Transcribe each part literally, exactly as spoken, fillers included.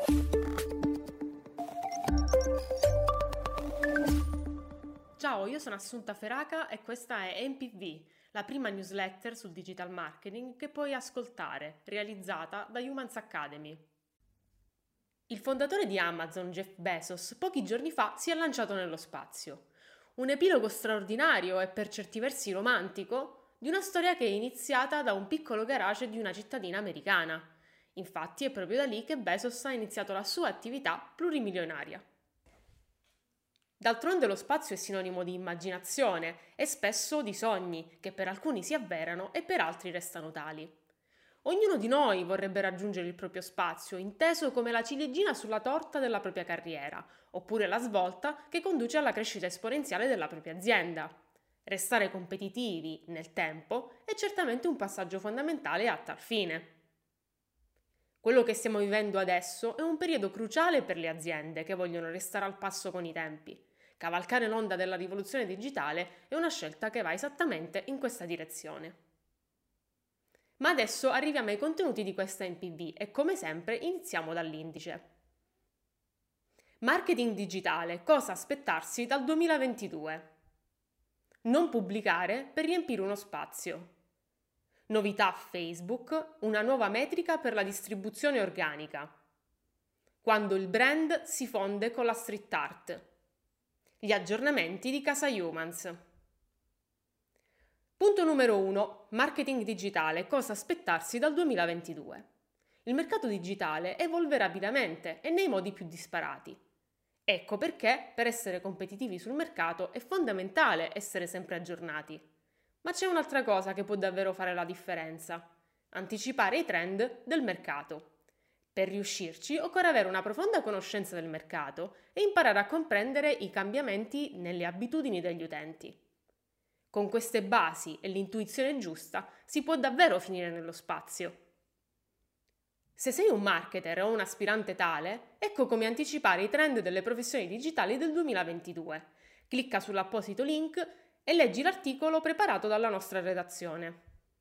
Ciao, io sono Assunta Feraca e questa è M P V, la prima newsletter sul digital marketing che puoi ascoltare, realizzata da Humans Academy. Il fondatore di Amazon, Jeff Bezos, pochi giorni fa si è lanciato nello spazio. Un epilogo straordinario e per certi versi romantico di una storia che è iniziata da un piccolo garage di una cittadina americana. Infatti è proprio da lì che Bezos ha iniziato la sua attività plurimilionaria. D'altronde lo spazio è sinonimo di immaginazione e spesso di sogni, che per alcuni si avverano e per altri restano tali. Ognuno di noi vorrebbe raggiungere il proprio spazio, inteso come la ciliegina sulla torta della propria carriera, oppure la svolta che conduce alla crescita esponenziale della propria azienda. Restare competitivi nel tempo è certamente un passaggio fondamentale a tal fine. Quello che stiamo vivendo adesso è un periodo cruciale per le aziende che vogliono restare al passo con i tempi. Cavalcare l'onda della rivoluzione digitale è una scelta che va esattamente in questa direzione. Ma adesso arriviamo ai contenuti di questa M P V e come sempre iniziamo dall'indice. Marketing digitale, cosa aspettarsi dal duemilaventidue? Non pubblicare per riempire uno spazio. Novità Facebook, una nuova metrica per la distribuzione organica. Quando il brand si fonde con la street art. Gli aggiornamenti di Casa Humans. Punto numero uno. Marketing digitale. Cosa aspettarsi dal duemilaventidue? Il mercato digitale evolve rapidamente e nei modi più disparati. Ecco perché, per essere competitivi sul mercato, è fondamentale essere sempre aggiornati. Ma c'è un'altra cosa che può davvero fare la differenza: anticipare i trend del mercato. Per riuscirci occorre avere una profonda conoscenza del mercato e imparare a comprendere i cambiamenti nelle abitudini degli utenti. Con queste basi e l'intuizione giusta si può davvero finire nello spazio. Se sei un marketer o un aspirante tale, ecco come anticipare i trend delle professioni digitali del duemilaventidue. Clicca sull'apposito link e leggi l'articolo preparato dalla nostra redazione.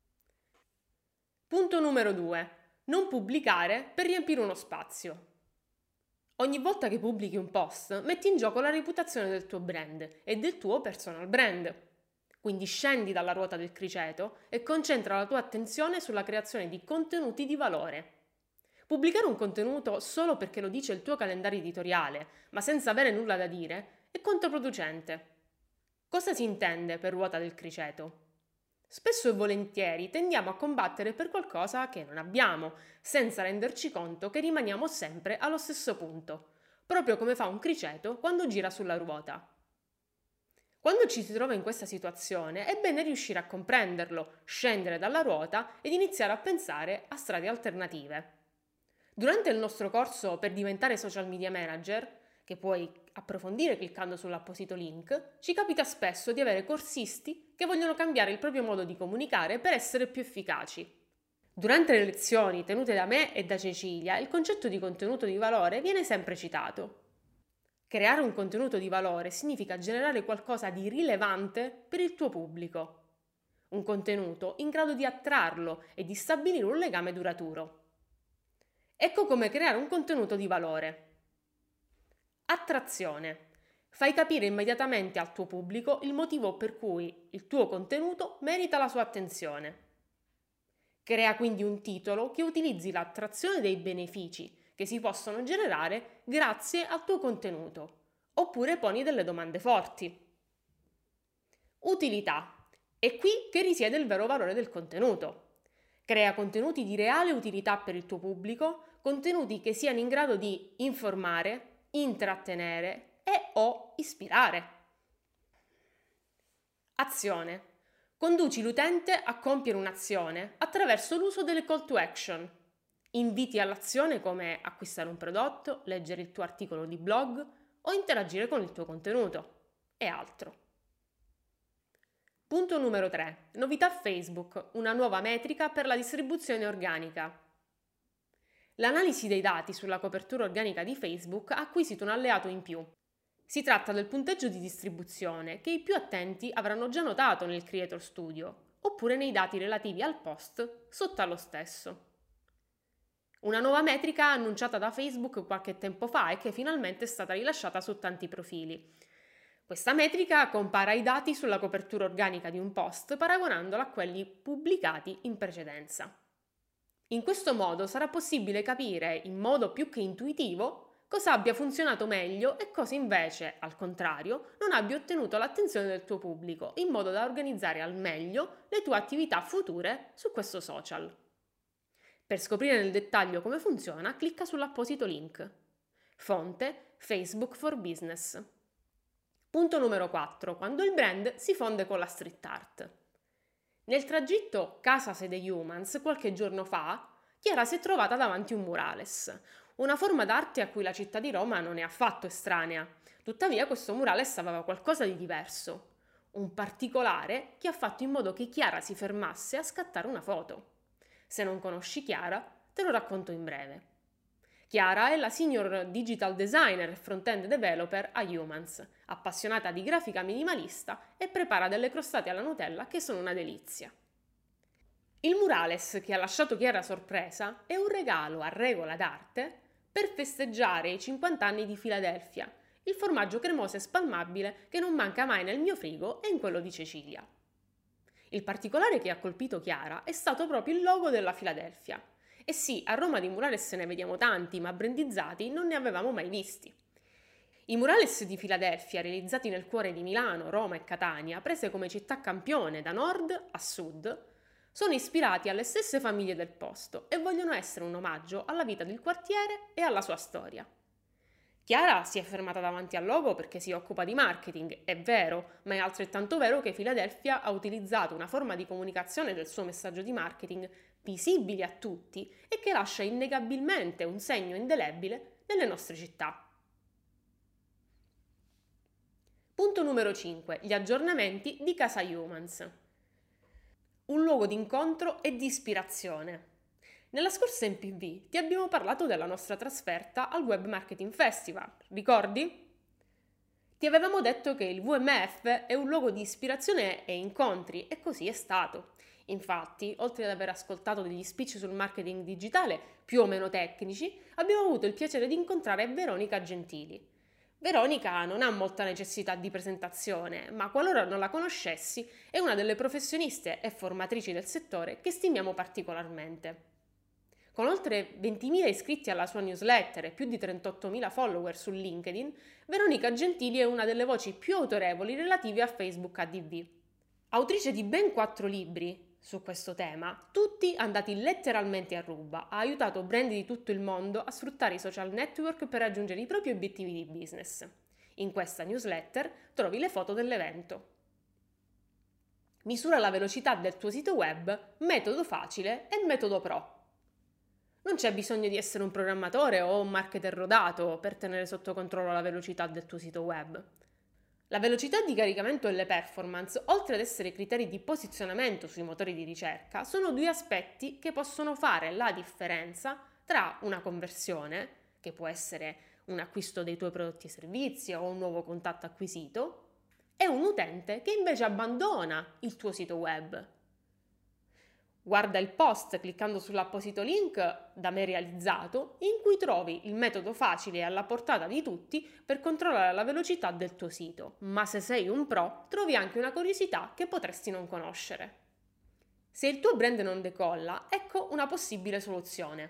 Punto numero due. Non pubblicare per riempire uno spazio. Ogni volta che pubblichi un post, metti in gioco la reputazione del tuo brand e del tuo personal brand. Quindi scendi dalla ruota del criceto e concentra la tua attenzione sulla creazione di contenuti di valore. Pubblicare un contenuto solo perché lo dice il tuo calendario editoriale, ma senza avere nulla da dire, è controproducente. Cosa si intende per ruota del criceto? Spesso e volentieri tendiamo a combattere per qualcosa che non abbiamo, senza renderci conto che rimaniamo sempre allo stesso punto, proprio come fa un criceto quando gira sulla ruota. Quando ci si trova in questa situazione è bene riuscire a comprenderlo, scendere dalla ruota ed iniziare a pensare a strade alternative. Durante il nostro corso per diventare social media manager, che puoi approfondire cliccando sull'apposito link, ci capita spesso di avere corsisti che vogliono cambiare il proprio modo di comunicare per essere più efficaci. Durante le lezioni tenute da me e da Cecilia, il concetto di contenuto di valore viene sempre citato. Creare un contenuto di valore significa generare qualcosa di rilevante per il tuo pubblico. Un contenuto in grado di attrarlo e di stabilire un legame duraturo. Ecco come creare un contenuto di valore. Attrazione. Fai capire immediatamente al tuo pubblico il motivo per cui il tuo contenuto merita la sua attenzione. Crea quindi un titolo che utilizzi l'attrazione dei benefici che si possono generare grazie al tuo contenuto, oppure poni delle domande forti. Utilità. È qui che risiede il vero valore del contenuto. Crea contenuti di reale utilità per il tuo pubblico, contenuti che siano in grado di informare, intrattenere e o ispirare. Azione. Conduci l'utente a compiere un'azione attraverso l'uso delle call to action. Inviti all'azione come acquistare un prodotto, leggere il tuo articolo di blog o interagire con il tuo contenuto e altro. Punto numero tre. Novità Facebook, una nuova metrica per la distribuzione organica. L'analisi dei dati sulla copertura organica di Facebook ha acquisito un alleato in più. Si tratta del punteggio di distribuzione che i più attenti avranno già notato nel Creator Studio, oppure nei dati relativi al post sotto allo stesso. Una nuova metrica annunciata da Facebook qualche tempo fa e che finalmente è stata rilasciata su tanti profili. Questa metrica compara i dati sulla copertura organica di un post paragonandola a quelli pubblicati in precedenza. In questo modo sarà possibile capire in modo più che intuitivo cosa abbia funzionato meglio e cosa invece, al contrario, non abbia ottenuto l'attenzione del tuo pubblico, in modo da organizzare al meglio le tue attività future su questo social. Per scoprire nel dettaglio come funziona, clicca sull'apposito link. Fonte Facebook for Business. Punto numero quattro. Quando il brand si fonde con la street art. Nel tragitto Casa Sede Humans, qualche giorno fa, Chiara si è trovata davanti un murales, una forma d'arte a cui la città di Roma non è affatto estranea. Tuttavia questo murales aveva qualcosa di diverso, un particolare che ha fatto in modo che Chiara si fermasse a scattare una foto. Se non conosci Chiara, te lo racconto in breve. Chiara è la senior digital designer e front-end developer a Humans, appassionata di grafica minimalista e prepara delle crostate alla Nutella che sono una delizia. Il murales che ha lasciato Chiara sorpresa è un regalo a regola d'arte per festeggiare i cinquanta anni di Philadelphia, il formaggio cremoso e spalmabile che non manca mai nel mio frigo e in quello di Cecilia. Il particolare che ha colpito Chiara è stato proprio il logo della Philadelphia. E sì, a Roma di murales ne vediamo tanti, ma brandizzati non ne avevamo mai visti. I murales di Philadelphia, realizzati nel cuore di Milano, Roma e Catania, prese come città campione da nord a sud, sono ispirati alle stesse famiglie del posto e vogliono essere un omaggio alla vita del quartiere e alla sua storia. Chiara si è fermata davanti al logo perché si occupa di marketing, è vero, ma è altrettanto vero che Philadelphia ha utilizzato una forma di comunicazione del suo messaggio di marketing visibile a tutti e che lascia innegabilmente un segno indelebile nelle nostre città. Punto numero cinque. Gli aggiornamenti di Casa Humans. Un luogo di incontro e di ispirazione. Nella scorsa M P V ti abbiamo parlato della nostra trasferta al Web Marketing Festival, ricordi? Ti avevamo detto che il W M F è un luogo di ispirazione e incontri e così è stato. Infatti, oltre ad aver ascoltato degli speech sul marketing digitale più o meno tecnici, abbiamo avuto il piacere di incontrare Veronica Gentili. Veronica non ha molta necessità di presentazione, ma qualora non la conoscessi, è una delle professioniste e formatrici del settore che stimiamo particolarmente. Con oltre ventimila iscritti alla sua newsletter e più di trentottomila follower su LinkedIn, Veronica Gentili è una delle voci più autorevoli relative a Facebook A D V. Autrice di ben quattro libri su questo tema, tutti andati letteralmente a ruba, ha aiutato brand di tutto il mondo a sfruttare i social network per raggiungere i propri obiettivi di business. In questa newsletter trovi le foto dell'evento. Misura la velocità del tuo sito web, metodo facile e metodo pro. Non c'è bisogno di essere un programmatore o un marketer rodato per tenere sotto controllo la velocità del tuo sito web. La velocità di caricamento e le performance, oltre ad essere criteri di posizionamento sui motori di ricerca, sono due aspetti che possono fare la differenza tra una conversione, che può essere un acquisto dei tuoi prodotti e servizi o un nuovo contatto acquisito, e un utente che invece abbandona il tuo sito web. Guarda il post cliccando sull'apposito link da me realizzato, in cui trovi il metodo facile e alla portata di tutti per controllare la velocità del tuo sito. Ma se sei un pro, trovi anche una curiosità che potresti non conoscere. Se il tuo brand non decolla, ecco una possibile soluzione.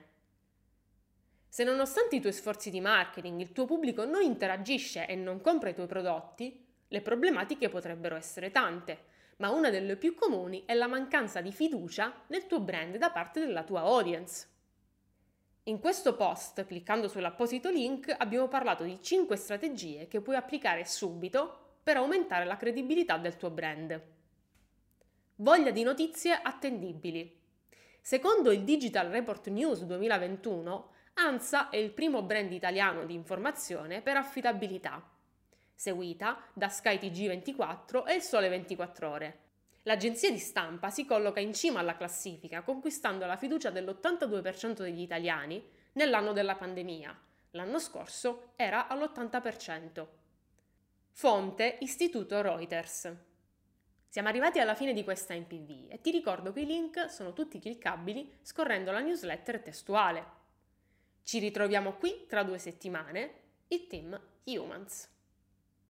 Se nonostante i tuoi sforzi di marketing il tuo pubblico non interagisce e non compra i tuoi prodotti, le problematiche potrebbero essere tante. Ma una delle più comuni è la mancanza di fiducia nel tuo brand da parte della tua audience. In questo post, cliccando sull'apposito link, abbiamo parlato di cinque strategie che puoi applicare subito per aumentare la credibilità del tuo brand. Voglia di notizie attendibili. Secondo il Digital Report News duemilaventuno, ANSA è il primo brand italiano di informazione per affidabilità, seguita da Sky T G ventiquattro e Il Sole ventiquattro Ore. L'agenzia di stampa si colloca in cima alla classifica, conquistando la fiducia dell'ottantadue per cento degli italiani nell'anno della pandemia. L'anno scorso era all'ottanta per cento. Fonte Istituto Reuters. Siamo arrivati alla fine di questa M P V e ti ricordo che i link sono tutti cliccabili scorrendo la newsletter testuale. Ci ritroviamo qui tra due settimane, il team Humans.